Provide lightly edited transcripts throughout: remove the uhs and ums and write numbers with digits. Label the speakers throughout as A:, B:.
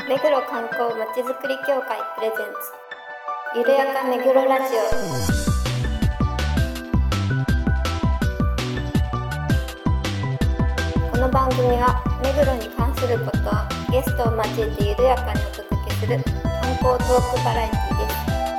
A: 目黒観光まちづくり協会プレゼンツゆるやか目黒ラジオ。この番組は目黒に関することをゲストを交えてゆるやかにお届けする観光トークバラエティです。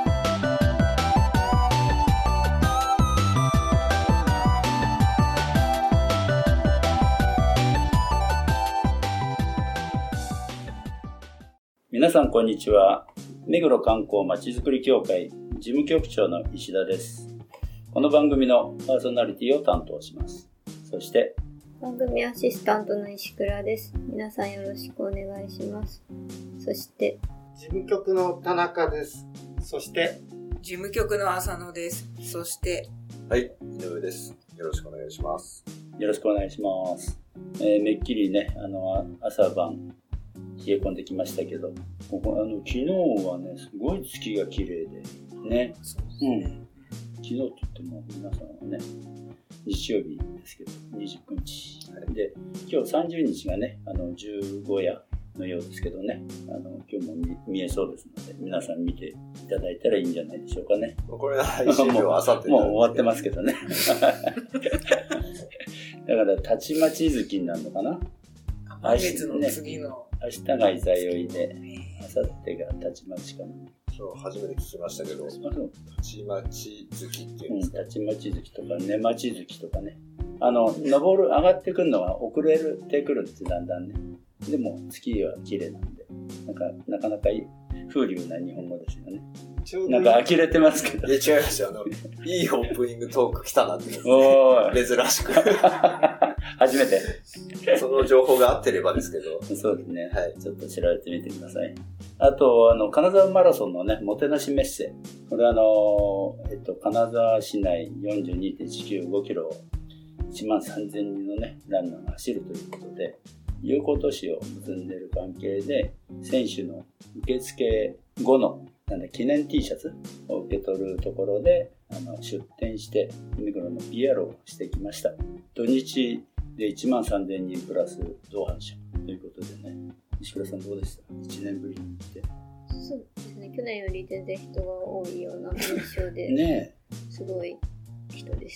B: 皆さんこんにちは。目黒観光まちづくり協会事務局長の石田です。この番組のパーソナリティを担当します。そして
A: 番組アシスタントの石倉です。皆さんよろしくお願いします。そして
C: 事務局の田中です。
B: そして
D: 事務局の浅野です。そして
E: はい、井上です。よろしくお願いします。
B: よろしくお願いします。めっきりね、朝晩冷え込んできましたけど、ここ昨日はね、すごい月が綺麗でね。
D: そうですね。
B: 昨日と言っても皆さんはね、日曜日ですけど、29日、はい、で、今日30日がね、15夜のようですけどね、今日も見えそうですので、皆さん見ていただいたらいいんじゃないでしょうかね。
E: これは来週はあさって
B: もう終わってますけどね。だからたちまち月になるのかな。
D: 満月の次の、
B: 明日がいざよいで、あさってがたちまちかな。
E: そう、初めて聞きましたけど、たちまち月っていうんですか。
B: たちまち月とか寝まち月とかね。上がってくるのが遅れてくるんです、だんだんね。でも月は綺麗なんで、なかなか風流な日本語ですよね。なんか呆れてますけど。
E: いや、違いますよ。いいオープニングトーク来たなって、
B: お
E: 珍しく。
B: 初めて。
E: その情報が合ってればですけど。
B: そうですね。
E: はい。
B: ちょっと調べてみてください。あと、金沢マラソンのね、もてなしメッセ。これ金沢市内 42.195 キロを13,000人のね、ランナーが走るということで、友好都市を結んでいる関係で、選手の受付後の記念 T シャツを受け取るところで出店して目黒の PR をしてきました。土日で13,000人プラス同伴者ということでね、石倉さんどうでした？ 1 年ぶりに行って。
A: そうですね、去年より全然人が多いような印象で
B: ねえ、
A: すごい人でした。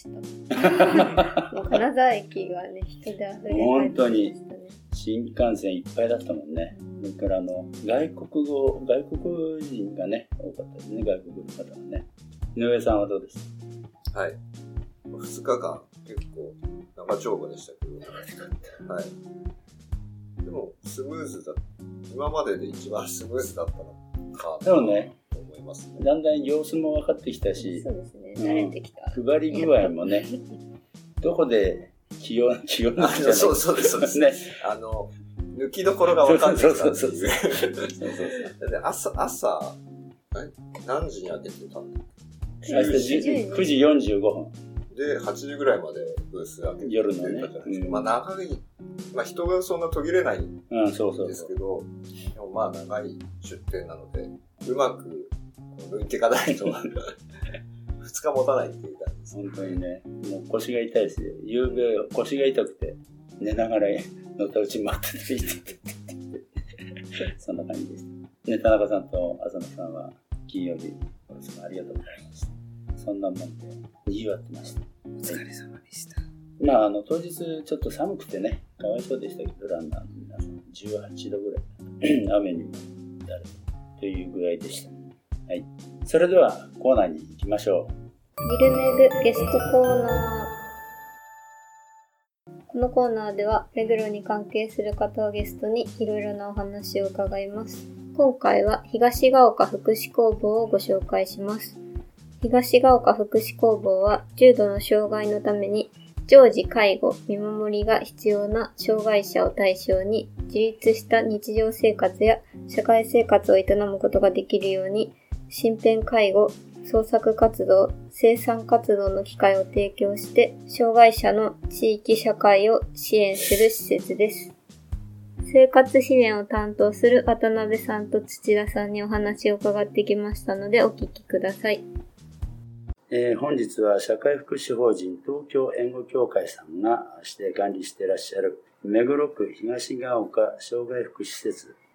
A: もう金沢駅がね、人で溢れ返ってましたね。
B: 本当に新幹線いっぱいだったもんね。それから外国人がね、多かったですね、外国の方がね。井上さんはどうですか？
E: はい。2日間結構長丁場でしたけど。はい。でもスムーズだ。今までで一番スムーズだったのかなと思いますね。
B: だんだん様子も分かってきたし、
A: そうですね、慣れてきた。
B: 配り具合もね、どこで気を抜くじゃない。
E: そうですね。抜きどころが分かんないからっていう。だって朝何時に開けてたんだっけ
B: ？9時45分。
E: で、8時ぐらいまでブース開けて
B: 夜のね。
E: まあ長い、人がそんな途切れないんですけど、でもまあ長い出店なので、うまく抜いていかないと2日持たないっていう感じです。
B: 本当にね、もう腰が痛いですよ。夕べ腰が痛くて寝ながらのたうち回っててそんな感じでした。ね、田中さんと浅野さんは金曜日お休みありがとうございました。そんなもんで賑わってました。
D: お疲れ様でした。
B: 当日ちょっと寒くてね、かわいそうでしたけど、ランナーの皆さん18度ぐらい雨にもなるという具合でした。はい。それではコーナーに行きましょう。
A: ゆるめぐゲストコーナー。このコーナーでは目黒に関係する方をゲストにいろいろなお話を伺います。今回は東が丘福祉工房をご紹介します。東が丘福祉工房は重度の障害のために常時介護・見守りが必要な障害者を対象に自立した日常生活や社会生活を営むことができるように身辺介護、創作活動、生産活動の機会を提供して障害者の地域社会を支援する施設です。生活支援を担当する渡辺さんと土田さんにお話を伺ってきましたのでお聞きください。
B: 本日は社会福祉法人東京援護協会さんが指定管理していらっしゃる目黒区東が丘障害福祉施設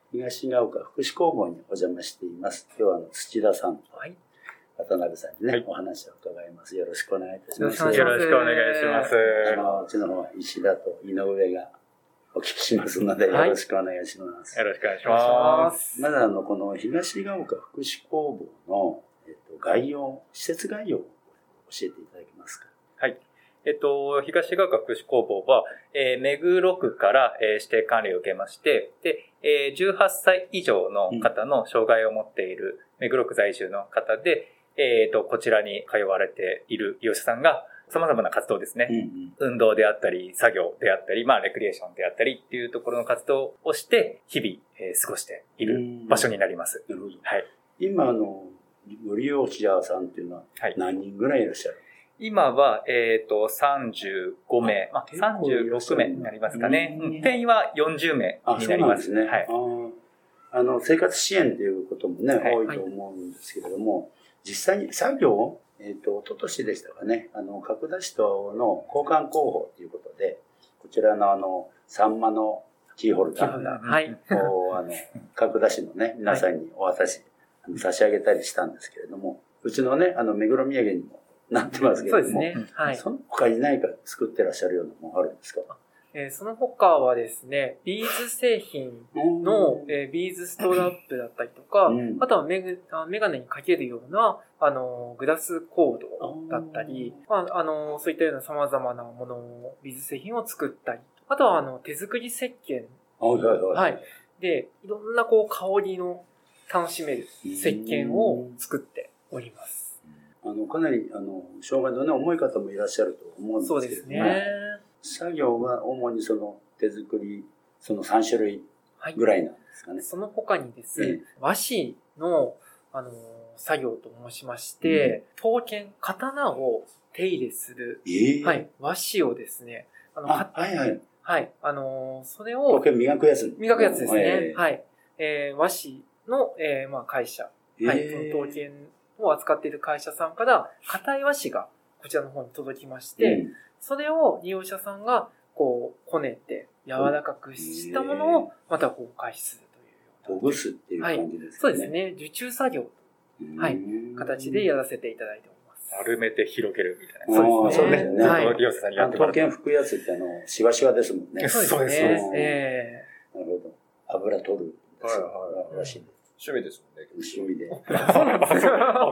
B: 東が丘福祉工房にお邪魔しています。今日は土田さんと渡辺さんにね、お話を伺います。よろしくお願いいたします。
F: よろしくお願いします。
B: うちの方は石田と井上がお聞きしますので、よろしくお願いします。
F: よろしくお願いします。
B: まずこの東が丘福祉工房の、概要、施設概要を教えていただけますか。
F: はい。東が丘福祉工房は、目黒区から、指定管理を受けまして、で、18歳以上の方の障害を持っている目黒区在住の方で、こちらに通われている利用者さんが様々な活動ですね。運動であったり、作業であったり、レクリエーションであったりっていうところの活動をして、日々、過ごしている場所になります。
B: なるほど。
F: はい。
B: 今ご利用者さんっていうのは何人ぐらいいらっしゃる？
F: 今は、35名、36名になりますかね。定員は40名になります。
B: そうなんですね。はい。生活支援ということもね、多いと思うんですけれども、実際に作業、一昨年でしたかね、角田市との交換広報ということで、こちらのサンマのキーホルダーを、角田市のね、皆さんに差し上げたりしたんですけれども、うちのね、目黒土産にもなってますけれども、そうですね。はい。その他に何か作ってらっしゃるようなものあるんですか？
G: その他はですね、ビーズ製品の、ビーズストラップだったりとか、あとはメガネにかけるような、グラスコードだったり、そういったような様々なものを、ビーズ製品を作ったり、あとは手作り石鹸。はい。で、いろんな香りの楽しめる石鹸を作っております。
B: かなり、障害のね、重い方もいらっしゃると思うんですけど、そうですね。作業は主に手作り、3種類ぐらいなんですかね。
G: その他にですね、和紙の、作業と申しまして、刀剣、刀を手入れする、はい、和紙をですね、
B: はいはい。
G: はい、それを、
B: 刀剣磨くやつ。
G: 磨くやつですね。はい。和紙の、会社、はい、その刀剣を扱っている会社さんから、硬い和紙がこちらの方に届きまして、それを利用者さんが、こねて、柔らかくしたものを、また回収するという。
B: ほぐすっていう感じですね。
G: そうですね。受注作業。はい。形でやらせていただいております。
F: 丸めて広げるみたいな。
B: そうですね。
F: はい。利用者さんにやってもらって。
B: 刀剣拭くやつってシワシワですもんね。
G: そうですね。
B: なるほど。油取る。
E: はい。らしい。趣味ですもんね。
B: 趣味で。
G: そうなんです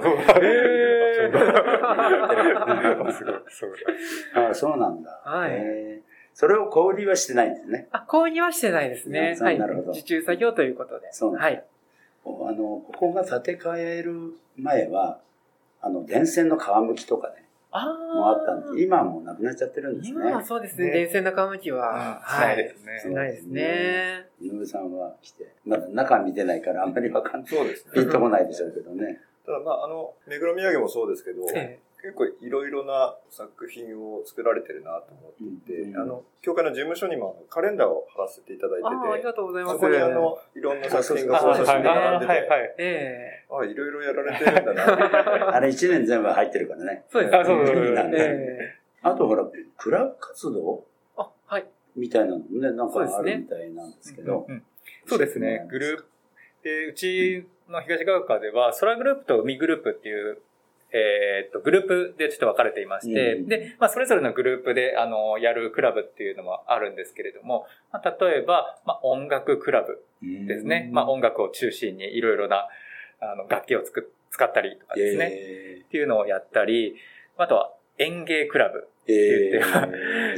B: よ。そうなんだ。
G: はい。
B: それを小売りはしてないんですね。
G: 小売りはしてないですね。はい。
B: なるほど。
G: 受注作業ということで。
B: そうなんです。はい。ここが建て替える前は、電線の皮むきとかね。もあったんで、今はもうなくなっちゃってるんですね。
G: 今はそうですね。電線の皮むきは、
F: はい。
G: しないですね。
B: 井上さんは来て、まだ中見てないからあんまりわかんない。
E: そうですね。
B: ピンともないでしょうけどね。
E: ただ目黒土産もそうですけど、結構いろいろな作品を作られてるなと思っていて、協会の事務所にもカレンダーを貼らせていただいてて、
G: ありがとうございます。
E: そこにいろんな作品がこう写真で並んでて、いろいろやられてるんだな。
B: あれ1年全部入ってるからね。
G: そうですね。
B: あとほら、クラブ活動
G: はい。
B: みたいなのもね、なんかあるみたいなんですけど。
F: そうですね。グループ。で、うちの東が丘では、空グループと海グループっていう、グループでちょっと分かれていまして、で、それぞれのグループで、やるクラブっていうのもあるんですけれども、例えば、音楽クラブですね。音楽を中心にいろいろな、楽器を使ったりとかですね。っていうのをやったり、あとは園芸クラブって言って、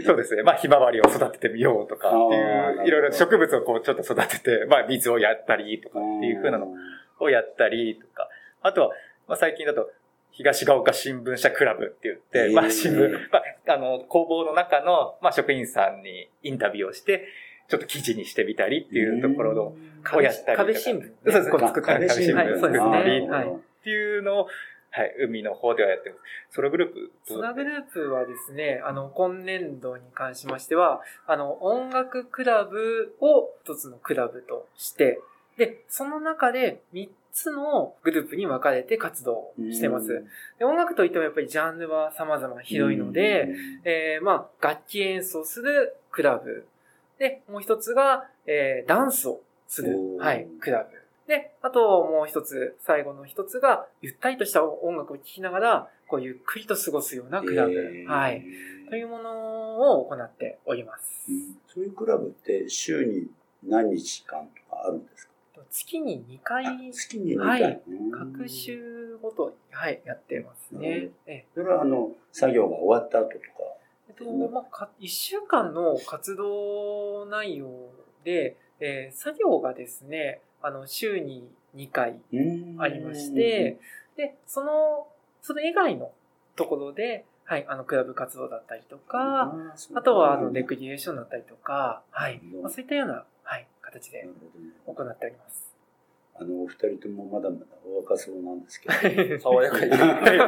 F: そうですね。ひまわりを育ててみようとかっていう、いろいろ植物をちょっと育てて、水をやったりとかっていう風なのをやったりとか、あとは、最近だと、東が丘新聞社クラブって言って、新聞、工房の中の、職員さんにインタビューをして、ちょっと記事にしてみたりっていうところをやったり。
G: 壁新聞。そう
F: です。作った壁新聞
G: そうですね。
F: っていうのを、はい、海の方ではやってます。ソラグループ
G: ソラグループはですね、今年度に関しましては、音楽クラブを一つのクラブとして、で、その中で3つのグループに分かれて活動してます。で、音楽といってもやっぱりジャンルは様々広いので、楽器演奏するクラブ。で、もう一つが、ダンスをする、はい、クラブ。で、あともう一つ、最後の一つが、ゆったりとした音楽を聴きながら、こうゆっくりと過ごすようなクラブ、はい、というものを行っております。
B: そういうクラブって週に何日間とかあるんですか？
G: 月に2回、
B: 月に2回、はい、
G: 各週ごとに、はい、やってますね。
B: それは作業が終わった後とか
G: 1週間の活動内容で、作業がですね、週に2回ありまして、で、それ以外のところで、はい、クラブ活動だったりとか、あとは、レクリエーションだったりとか、はい、そういったような、はい、形で行っております。
B: お二人ともまだまだお若そうなんですけど。
E: 爽やかに。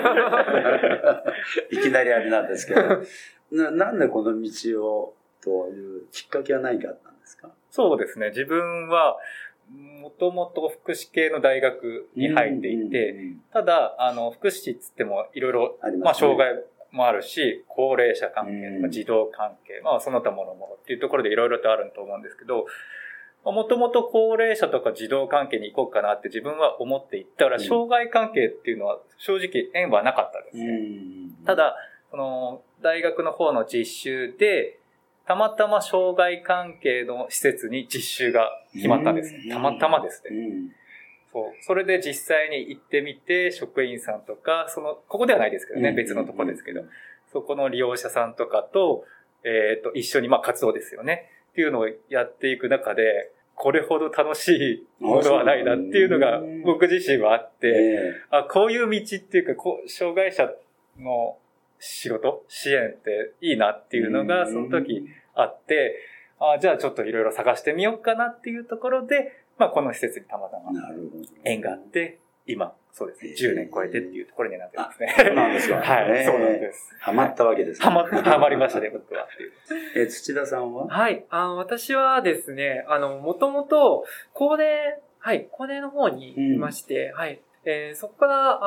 B: いきなりあれなんですけど。なんでこの道をというきっかけは何かあったんですか？
F: そうですね。自分は、もともと福祉系の大学に入っていて、ただ、福祉っつってもいろいろ、障害もあるし、高齢者関係とか児童関係、その他もろもろっていうところでいろいろとあると思うんですけど、もともと高齢者とか児童関係に行こうかなって自分は思っていったから、障害関係っていうのは正直縁はなかったですね。ただ、大学の方の実習で、たまたま障害関係の施設に実習が決まったんですね。たまたまですね。それで実際に行ってみて、職員さんとか、ここではないですけどね、別のとこですけど、そこの利用者さんとかと、一緒に活動ですよね。っていうのをやっていく中で、これほど楽しいものはないなっていうのが僕自身はあって、こういう道っていうか、障害者の仕事、支援っていいなっていうのがその時あって、じゃあちょっといろいろ探してみようかなっていうところで、この施設にたまたま縁があって、今、そうですね、10年超えてっていうところになってますね。
B: そうなんですよ。
F: はい、そうなんです。
B: ハマったわけです。
F: ハマりましたね、僕は。
B: 土田さんは？
G: はい、私はですね、もともと、高齢の方にいまして、はい、そこから、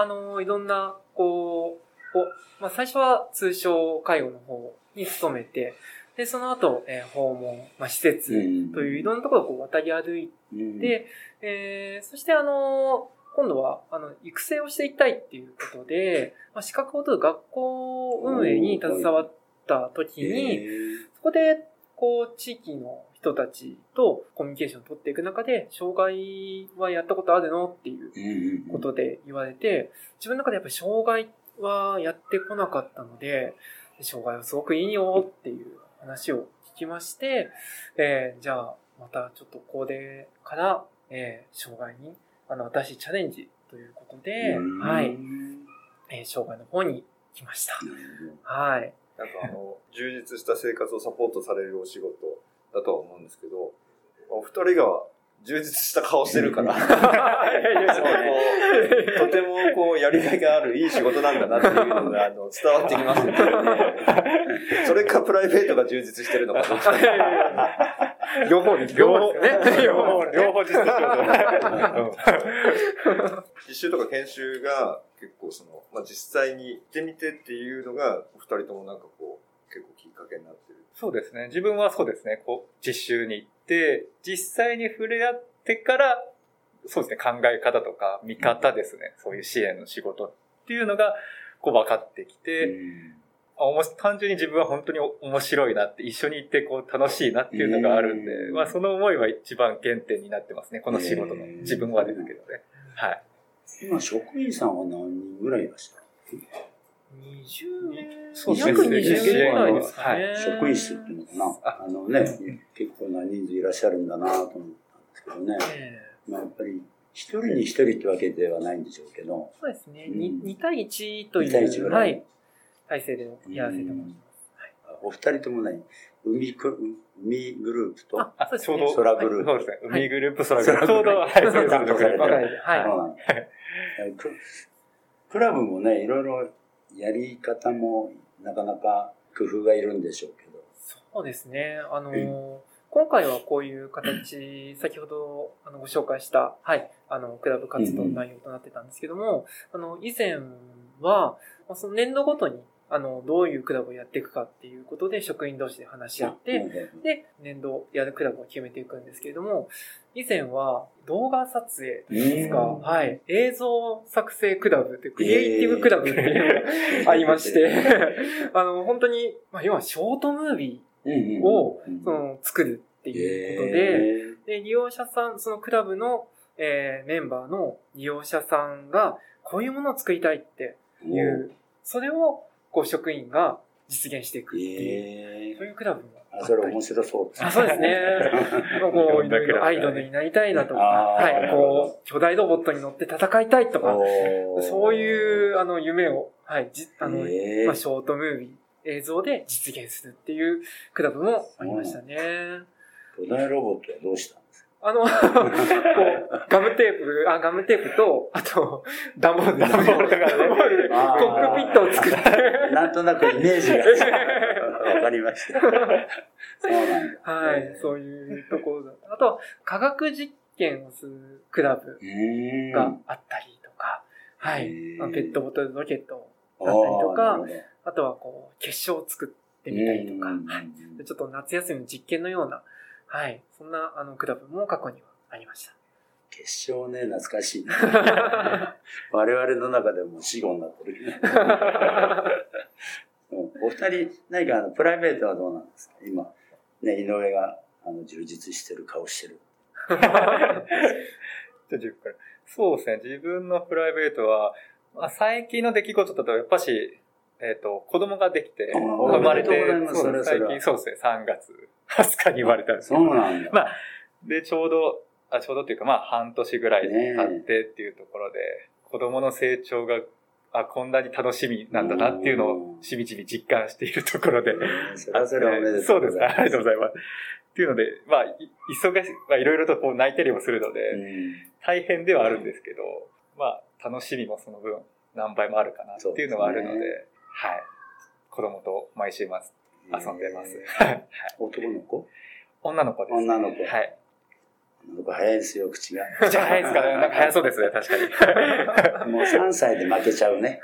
G: いろんな、最初は通称介護の方に勤めて、で、その後、訪問、施設といういろんなところを渡り歩いて、そして今度は、育成をしていきたいっていうことで、資格を取る学校運営に携わった時に、そこで、地域の人たちとコミュニケーションを取っていく中で、障害はやったことあるのっていうことで言われて、自分の中でやっぱり障害はやってこなかったので、障害はすごくいいよっていう話を聞きまして、じゃあまたちょっと高齢から、障害に新しいチャレンジということで、はい、障害の方に来ました。はい。
E: なんか充実した生活をサポートされるお仕事だとは思うんですけど、お二人が充実した顔してるから、とてもやりがいがあるいい仕事なんだなっていうのが伝わってきますね。それかプライベートが充実してるのかどうか。
F: 両方ですね。両方実
E: 実習とか研修が結構実際に行ってみてっていうのがお二人ともなんか結構きっかけになってる。
F: そうですね。自分はそうですね。実習に行って、実際に触れ合ってから、そうですね。考え方とか見方ですね。そういう支援の仕事っていうのが分かってきて、単純に自分は本当に面白いなって、一緒に行って楽しいなっていうのがあるんで、その思いは一番原点になってますね。この仕事の。自分はですけどね。はい。
B: 今、職員さんは何人ぐらいいらっしゃる
G: ？20名。
F: そうですね。
G: 約20名ぐらいです
F: はい。
B: 職員室っていうのかな。結構な人数いらっしゃるんだなと思ったんですけどね。やっぱり、一人に一人ってわけではないんでしょうけど。
G: そうですね。2対1という、はい。体制でやらせてもらいます。
B: お二人ともね、海グループと、
F: ちょうど、
B: 空グループ。
F: そうですね。海グループ、空グループ。ちょうど、はい、そうですね。
B: はい。クラブもね、いろいろやり方もなかなか工夫がいるんでしょうけど。
G: そうですね。今回はこういう形、先ほどご紹介した、はい、クラブ活動の内容となってたんですけども、以前は、その年度ごとに、 どういうクラブをやっていくかっていうことで職員同士で話し合って、で、年度やるクラブを決めていくんですけれども、以前は動画撮影ですか、はい、映像作成クラブってクリエイティブクラブっていうのがありまして、本当に、要はショートムービーを、作るっていうことで、利用者さん、そのクラブの、メンバーの利用者さんがこういうものを作りたいっていう、それを職員が実現していくっていう、そういうクラブもあったり。
B: それ面白そうですね。
G: そうですね。いろいろアイドルになりたいだとか、はい、巨大ロボットに乗って戦いたいとか、そういう夢を、はい、ショートムービー、映像で実現するっていうクラブもありましたね。
B: 巨大ロボットはどうしたんですか？
G: ガムテープと、あと、段ボールとかね、コックピットを作って。
B: なんとなくイメージがわかりました。そうなんだ。
G: はい、そういうところだ。あと、科学実験をするクラブがあったりとか、はい、ペットボトルロケットだったりとか、あとは結晶を作ってみたりとか、ちょっと夏休みの実験のような、はい。そんな、クラブも過去にはありました。
B: 結晶ね、懐かしい。我々の中でも死後になってる。お二人、何かプライベートはどうなんですか？今、ね、井上が、充実してる顔してる。
F: そうですね。自分のプライベートは、最近の出来事だと、やっぱし、子供ができて、生まれて、最近、そうですね、3月20日に生まれたんですけど。
B: そうなんだ。
F: で、ちょうどっていうか、半年ぐらい経ってっていうところで、子供の成長が、こんなに楽しみなんだなっていうのをしみじみ実感しているところで。
B: それはおめでとうございます。
F: そうですね、ありがとうございます。っていうので、いろいろと泣いたりもするので、大変ではあるんですけど、楽しみもその分何倍もあるかなっていうのはあるので、はい。子供と毎週末遊んでます。
B: 男の子？
F: 女の子です。
B: 女の子。
F: はい。
B: 女の子早いですよ、口が。
F: 口早いですかね。なんか早そうですね、確かに。
B: もう3歳で負けちゃうね。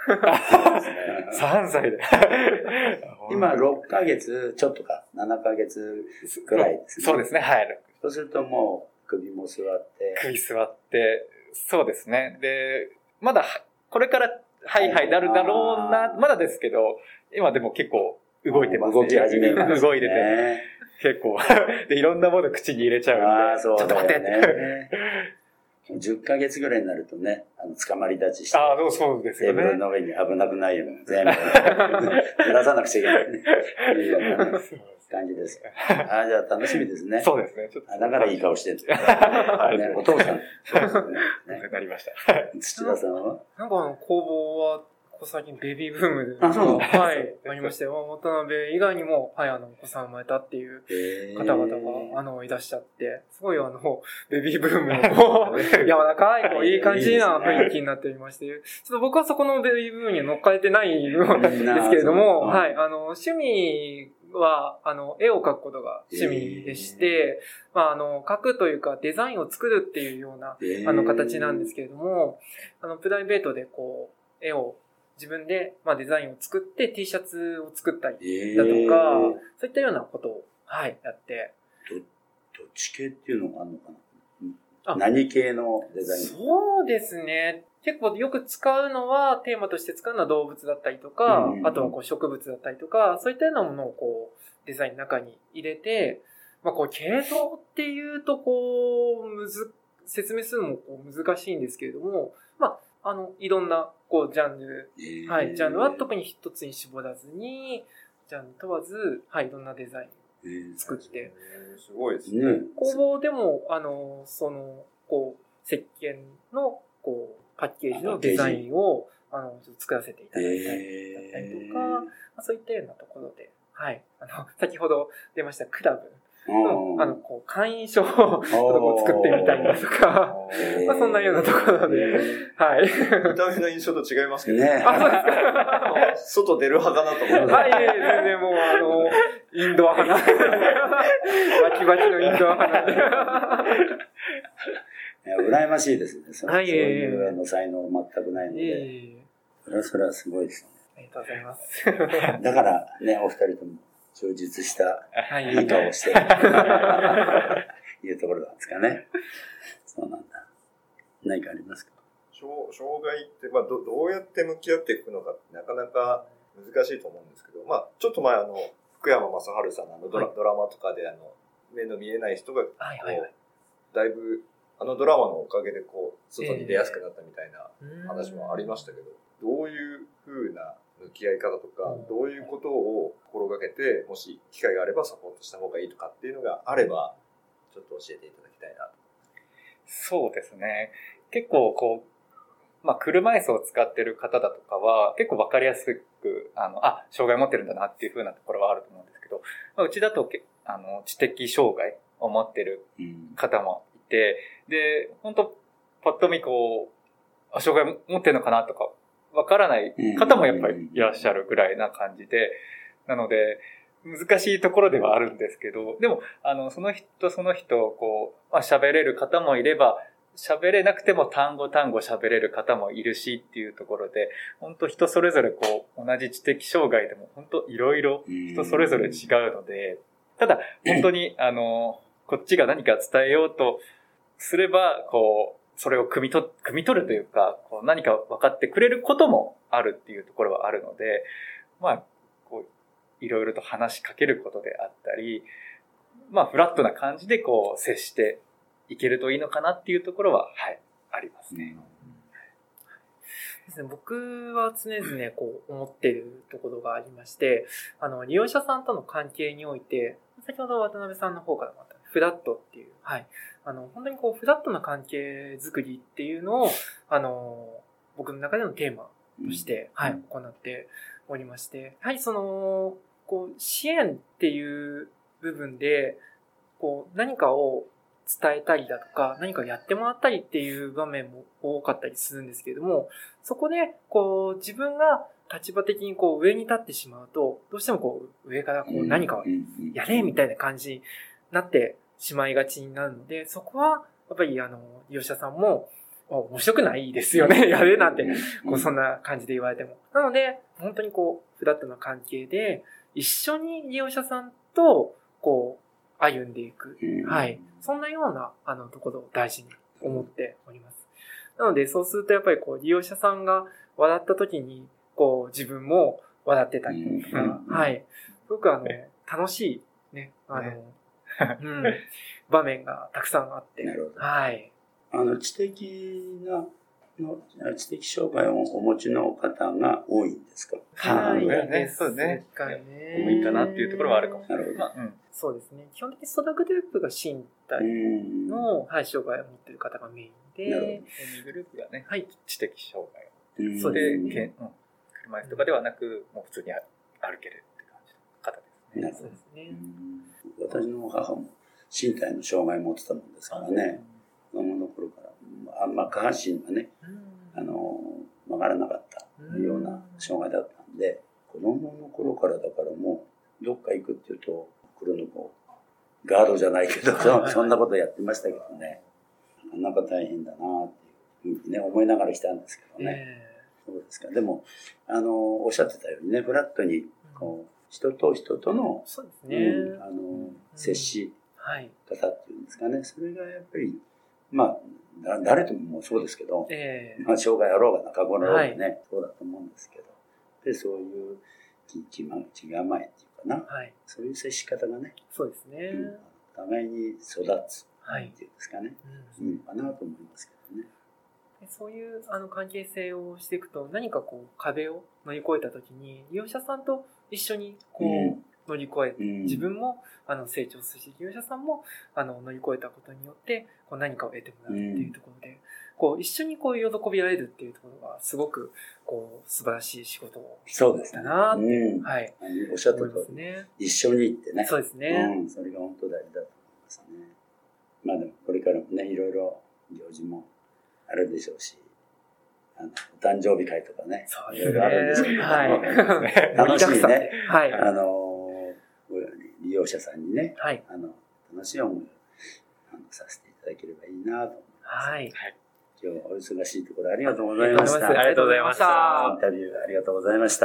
F: 3歳で。
B: 今6ヶ月ちょっとか、7ヶ月くらいですね。
F: そうですね、はい。
B: そうするともう首も座って。
F: 首座って、そうですね。で、まだ、これからはいなるだろうな、まだですけど、今でも結構動いてますね。
B: 動き始めますね。
F: 動いてて。結構。で、いろんなもの口に入れちゃうんで。
B: そうだよね、
F: ちょっと待ってって。
B: 10ヶ月ぐらいになるとね、捕まり立ちして。
F: そうですよね。
B: テーブルの上に危なくないように全部ずらさなくちゃいけないね。いうような感じです。じゃあ楽しみですね。
F: そうですね。
B: だからいい顔してる。お父さん。そうです
F: ね。なりました。
B: 土田さんは？
G: なんか工房は、最近ベビーブームで。はい。ありまして、渡辺以外にも、はい、お子さん生まれたっていう方々が、いらっしゃって、すごいベビーブームの、柔らかい、いい感じな雰囲気になっておりまして、ちょっと僕はそこのベビーブームに乗っかれてない部分ですけれども、はい、趣味は、絵を描くことが趣味でして、描くというかデザインを作るっていうような、形なんですけれども、プライベートで絵を自分で、デザインを作って T シャツを作ったりだとか、そういったようなことを、はい、やって。
B: どっち系っていうのがあるのかな？何系のデザイン？
G: そうですね。結構よく使うのは、テーマとして使うのは動物だったりとか、あとは植物だったりとか、そういったようなものをデザインの中に入れて、系統っていうと説明するのも難しいんですけれども、いろんな、ジャンル、はい、ジャンルは特に一つに絞らずに、ジャンル問わず、はい、いろんなデザインを作って、
E: すごいですね。
G: 工房でも、石鹸の、パッケージのデザインを、作らせていただいたりだったりとか、そういったようなところで、はい、先ほど出ましたクラブの、会員証を作ってみたりだとか、そんなようなところで、はい。
E: 見た目の印象と違いますけど
B: ね。
G: そうですか。
E: 外出る派だなと思って。
G: はい、全然もう、インドア派なんで。バキバキのインドア派なんで。
B: 羨ましいですね。そういう才能全くないので。それはすごいですね。
G: がとうございます。
B: だからね、お二人とも充実したいい顔をしていうところなんですかね。そうなんだ。何かありますか？
E: 障害って、どうやって向き合っていくのかってなかなか難しいと思うんですけど、ちょっと前福山雅治さんのドラマとかで目の見えない人がだいぶドラマのおかげで外に出やすくなったみたいな話もありましたけど、どういう風な向き合い方とか、どういうことを心がけて、もし機会があればサポートした方がいいとかっていうのがあれば、ちょっと教えていただきたいなと。
F: そうですね。結構車椅子を使ってる方だとかは、結構わかりやすく、障害を持ってるんだなっていう風なところはあると思うんですけど、うちだと、知的障害を持ってる方もいて、で、本当パッと見障害持ってるのかなとか、わからない方もやっぱりいらっしゃるぐらいな感じで、なので、難しいところではあるんですけど、でも、その人、喋れる方もいれば、喋れなくても単語喋れる方もいるしっていうところで、本当人それぞれ同じ知的障害でも本当いろいろ人それぞれ違うので、ただ本当にこっちが何か伝えようとすれば、それを汲み取るというか、何か分かってくれることもあるっていうところはあるので、いろいろと話しかけることであったり、フラットな感じで接していけるといいのかなっていうところは、ありますね。
G: ですね、僕は常々思っているところがありまして、利用者さんとの関係において、先ほど渡辺さんの方からもあったフラットっていう、本当にフラットな関係づくりっていうのを、僕の中でのテーマとして、行っておりまして、やはり支援っていう部分で、何かを伝えたりだとか、何かやってもらったりっていう場面も多かったりするんですけれども、そこで、自分が立場的に上に立ってしまうと、どうしても上から何かをやれみたいな感じになってしまいがちになるので、そこは、やっぱり利用者さんも、面白くないですよね。やれなんて、そんな感じで言われても。なので、本当にフラットな関係で、一緒に利用者さんと、歩んでいく。そんなような、ところを大事に思っております。なので、そうするとやっぱり利用者さんが笑った時に、自分も笑ってたりとか、すごく楽しい、ね、場面がたくさんあって、
B: 知的障害をお持ちの方が多いんですか？
F: そうですね。多いかなっていうところはあるかもしれない。
G: そうですね。基本的にソダグループが身体の障害を持っている方がメインで、
F: ミグループがね、知的障害
G: を。そうですね。
F: 車椅子とかではなく、もう普通に歩けるって感じの方ですね。
G: そうですね。
B: 私の母も身体の障害を持ってたもんですからね、子供の頃から、下半身がね、曲がらなかったような障害だったんで、子供の頃からだからもう、どっか行くっていうと、黒のガードじゃないけど、そんなことやってましたけどね、なかなか大変だなっていうふうにね、思いながら来たんですけどね。そうですか。でも、おっしゃってたようにね、フラットに、人と人との、接し方っていうんですかね、それがやっぱり、誰ともそうですけど、障害あろうが中頃あろうがね、そうだと思うんですけど、でそういう気構えっていうかな、そういう接し方がね、
G: そうですね。
B: お互いに育つっていうんですかね、いいのかなと思いますけどね。
G: そういう関係性をしていくと、何か壁を乗り越えたときに、利用者さんと一緒に乗り越えて、自分も成長するし、利用者さんも乗り越えたことによって何かを得てもらうっていうところで、一緒に喜び合えるっていうところがすごく素晴らしい仕事だなって、
B: おっしゃった通り、一緒にってね、
G: そうですね、
B: それが本当大事だと思いますね。でもこれからもね、いろいろ行事もあるでしょうし、お誕生日会とかね、いろいろあるんですけど、楽しいね、利用者さんにね、楽しい思いをさせていただければいいなと思います。今日はお忙しいところありがとうございました。
G: ありがとうございました。
B: インタビューありがとうございました。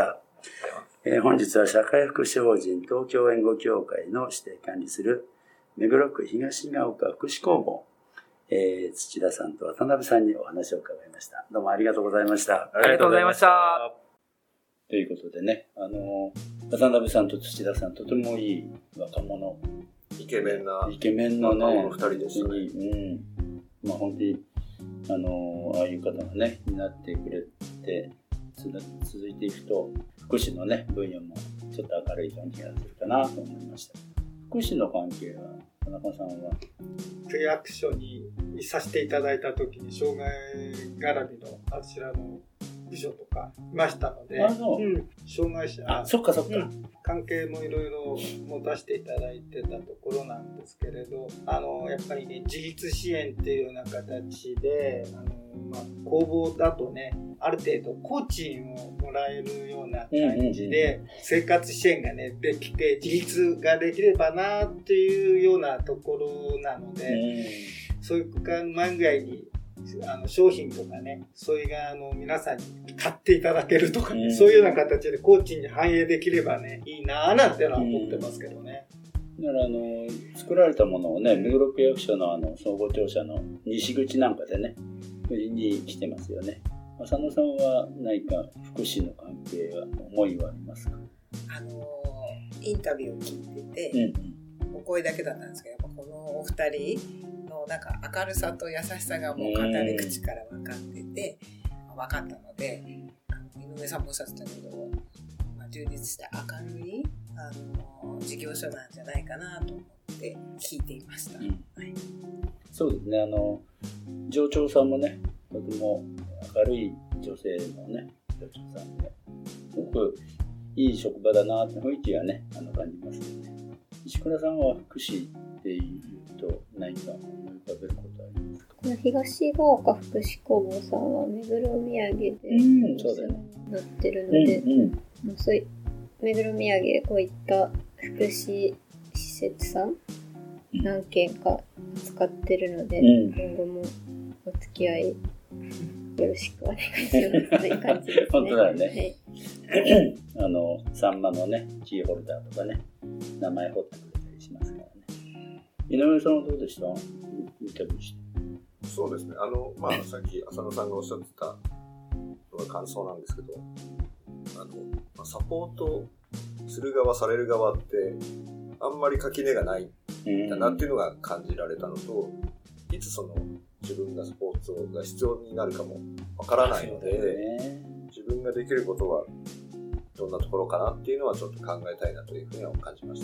B: 本日は社会福祉法人東京援護協会の指定管理する目黒区東が丘福祉工房、土田さんと渡辺さんにお話を伺いました。どうもありがとうございました。
F: ありがとうございました。
B: ということでね、渡辺さんと土田さん、とてもいい若者。
E: イケメンな
B: ね、
E: 若者二人でしたね。
B: まあ本当に、ああいう方がね、になってくれて、続いていくと、福祉のね、分野もちょっと明るい感じがするかなと思いました。福祉の関係は、田中さんは
C: 区役所にいさせていただいた時に障害絡みのあちらの部署とかいましたので、障害者
B: そっか、
C: 関係もいろいろ持たせていただいてたところなんですけれど、やっぱりね、自立支援っていうような形で工房だとね、ある程度工賃をもらえるような感じで生活支援がねできて自立ができればなっていうようなところなので、そういう万が一に商品とかね、それが皆さんに買っていただけるとかね、そういうような形で工賃に反映できればね、いいなぁなんてのは思ってますけどね。
B: だから作られたものをね、目黒区役所の総合庁舎の西口なんかでね、売りに来てますよね。浅野さんは何か福祉の関係は思いはありますか？
D: インタビューを聞いてて、お声だけだったんですけど、やっぱこのお二人のなんか明るさと優しさがもう語り口から分かってて、分かったので、井上さんもおっしゃってたけど、充実した明るい事業所なんじゃないかなと思って聞いていました。
B: そうですね。上長さんもね、とても明るい女性のね、上長さんで、すごくいい職場だなって雰囲気がね、感じますよね。石倉さんは福祉っていうと何か思い浮かべることありますか？
A: この東が丘福祉工房さんは目黒土産で
B: そうだよね、
A: なってるので、そういう目黒土産でこういった福祉施設さん何軒か使ってるので、今後もお付き合いよろしくお願いしますという感じですね。
B: 本当だよね。はい、サンマのね、キーホルダーとかね、名前彫ってくれたりしますからね。井上さんはどうでした？インタビューして。
E: そうですね。さっき浅野さんがおっしゃってたのが感想なんですけど、サポートする側、される側って、あんまり垣根がないんだなっていうのが感じられたのと、いつ自分がスポーツが必要になるかもわからないので、自分ができることはどんなところかなっていうのはちょっと考えたいなというふうには感じました。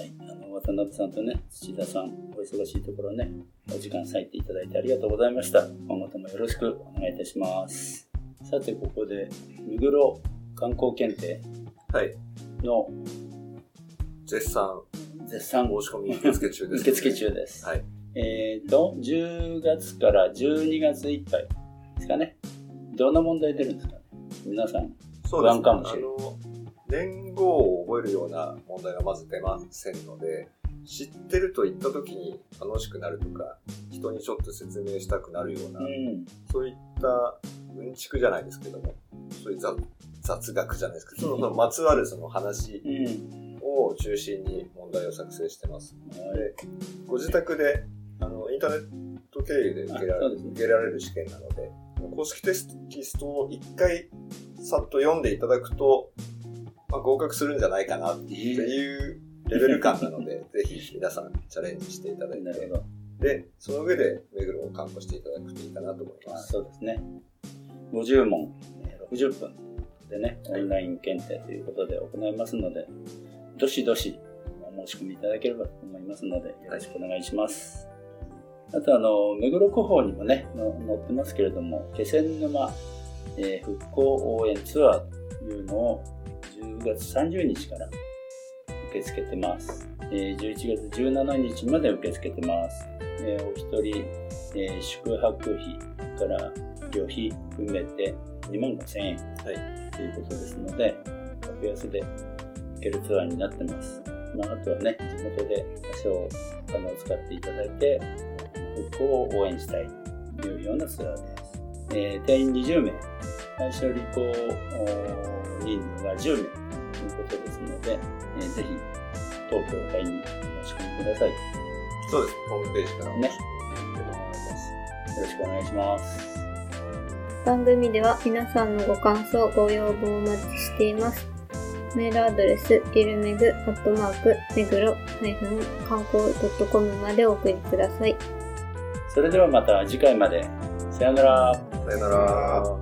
B: はい、渡辺さんとね、土田さん、お忙しいところね、お時間割いていただいてありがとうございました。今後ともよろしくお願いいたします。さて、ここで目黒観光検定の、
E: 絶賛
B: 申し込み
E: 受付中です、
B: 受付中です。はい。10月から12月いっぱいですかね。どんな問題出るんですかね。皆さん、不安かもしれない。
E: 年号を覚えるような問題がまず出ませんので、知ってると言った時に楽しくなるとか、人にちょっと説明したくなるような、そういったうんちくじゃないですけども、そういう雑学じゃないですけど、そのまつわるその話を中心に問題を作成してます。で、ご自宅でインターネット経由で受けられる試験なので、公式テキストを1回さっと読んでいただくと、合格するんじゃないかなっていうレベル感なので、ぜひ皆さんチャレンジしていただいて、で、その上で目黒を観光していただくといいかなと思います。
B: そうですね。50問、60分でね、オンライン検定ということで行いますので、どしどしお申し込みいただければと思いますので、よろしくお願いします。あと目黒区報にもね、載ってますけれども、気仙沼、復興応援ツアーというのを10月30日から受け付けてます。11月17日まで受け付けてます。お一人、宿泊費から旅費含めて25,000円、ということですので、格安で行けるツアーになってます。あとはね、地元で多少お金を使っていただいて、復興を応援したいというようなツアーです。 定員20名、対象履行人数が10名ということですので、ぜひ当協会にお申し込みください。
E: そうです。ホームページから
B: ね。よろしくお願いします。
A: 番組では皆さんのご感想、ご要望をお待ちしています。メールアドレス、ゆるめぐ@meguro-観光.com までお送りください。
B: それではまた次回まで。さよなら。
E: さよなら。